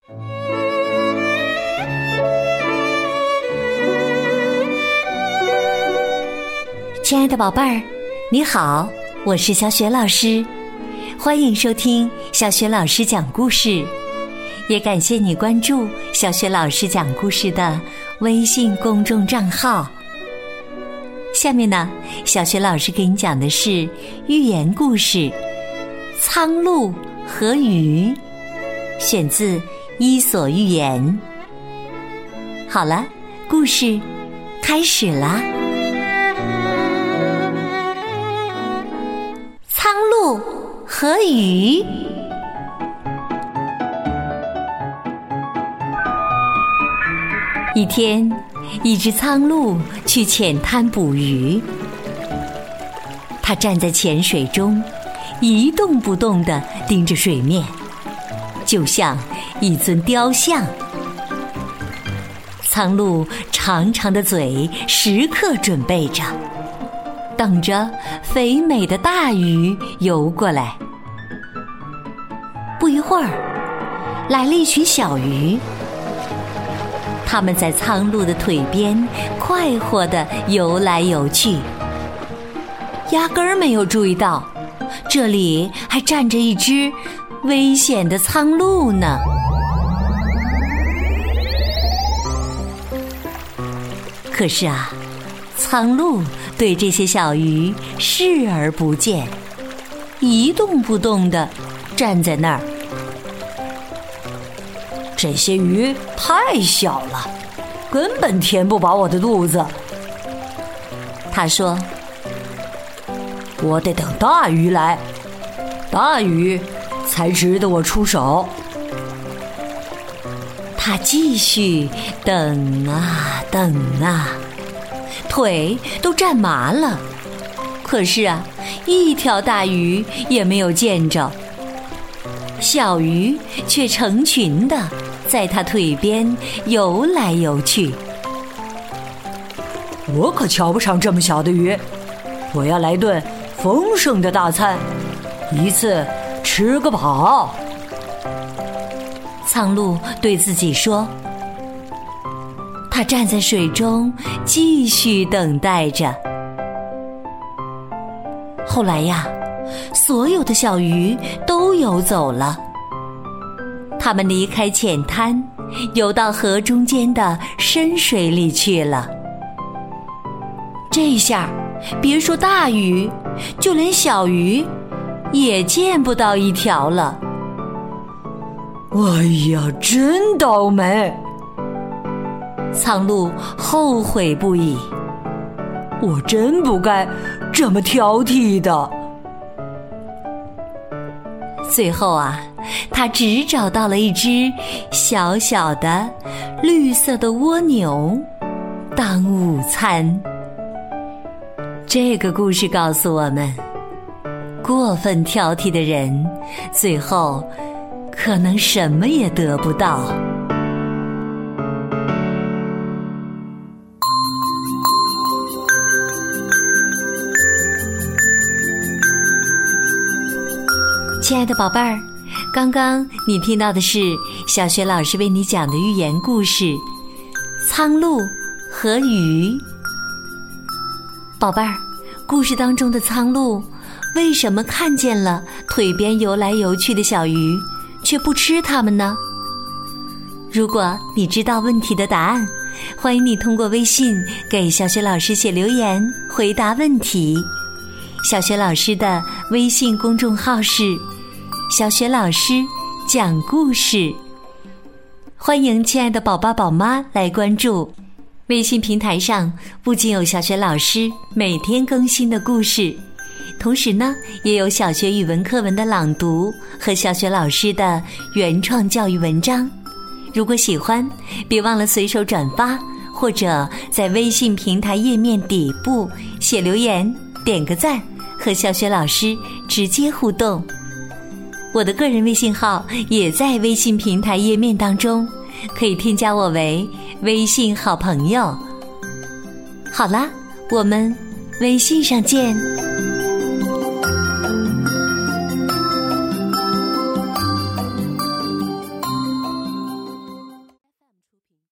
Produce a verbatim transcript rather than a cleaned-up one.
亲爱的宝贝儿，你好，我是小雪老师，欢迎收听小雪老师讲故事，也感谢你关注小雪老师讲故事的微信公众账号。下面呢，小雪老师给你讲的是寓言故事《苍鹭和鱼》，选自《伊索寓言》。好了，故事开始啦。苍鹭和鱼。一天，一只苍鹭去浅滩捕鱼。它站在浅水中，一动不动地盯着水面，就像一尊雕像。苍鹭长长的嘴时刻准备着，等着肥美的大鱼游过来。不一会儿，来了一群小鱼，它们在苍鹭的腿边快活地游来游去，压根儿没有注意到这里还站着一只危险的苍鹭呢。可是啊，苍鹭对这些小鱼视而不见，一动不动地站在那儿。 这些鱼太小了，根本填不饱我的肚子。 他说： 我得等大鱼来，大鱼才值得我出手。 他继续等啊等啊，腿都站麻了，可是啊，一条大鱼也没有见着。小鱼却成群的在他腿边游来游去。 我可瞧不上这么小的鱼，我要来顿丰盛的大餐，一次吃个饱。 苍鹭对自己说。他站在水中继续等待着。后来呀，所有的小鱼都游走了，它们离开浅滩，游到河中间的深水里去了。这下别说大鱼，就连小鱼也见不到一条了。 哎呀，真倒霉！ 苍鹭后悔不已， 我真不该这么挑剔的。 最后啊，他只找到了一只小小的绿色的蜗牛当午餐。这个故事告诉我们，过分挑剔的人，最后可能什么也得不到。亲爱的宝贝儿，刚刚你听到的是小雪老师为你讲的寓言故事《苍鹭和鱼》。宝贝儿，故事当中的苍鹭为什么看见了腿边游来游去的小鱼，却不吃它们呢？如果你知道问题的答案，欢迎你通过微信给小雪老师写留言回答问题。小雪老师的微信公众号是小雪老师讲故事，欢迎亲爱的宝宝宝妈来关注。微信平台上不仅有小雪老师每天更新的故事，同时呢，也有小学语文课文的朗读和小雪老师的原创教育文章。如果喜欢，别忘了随手转发，或者在微信平台页面底部写留言，点个赞，和小雪老师直接互动。我的个人微信号也在微信平台页面当中，可以添加我为微信好朋友。好啦，我们微信上见。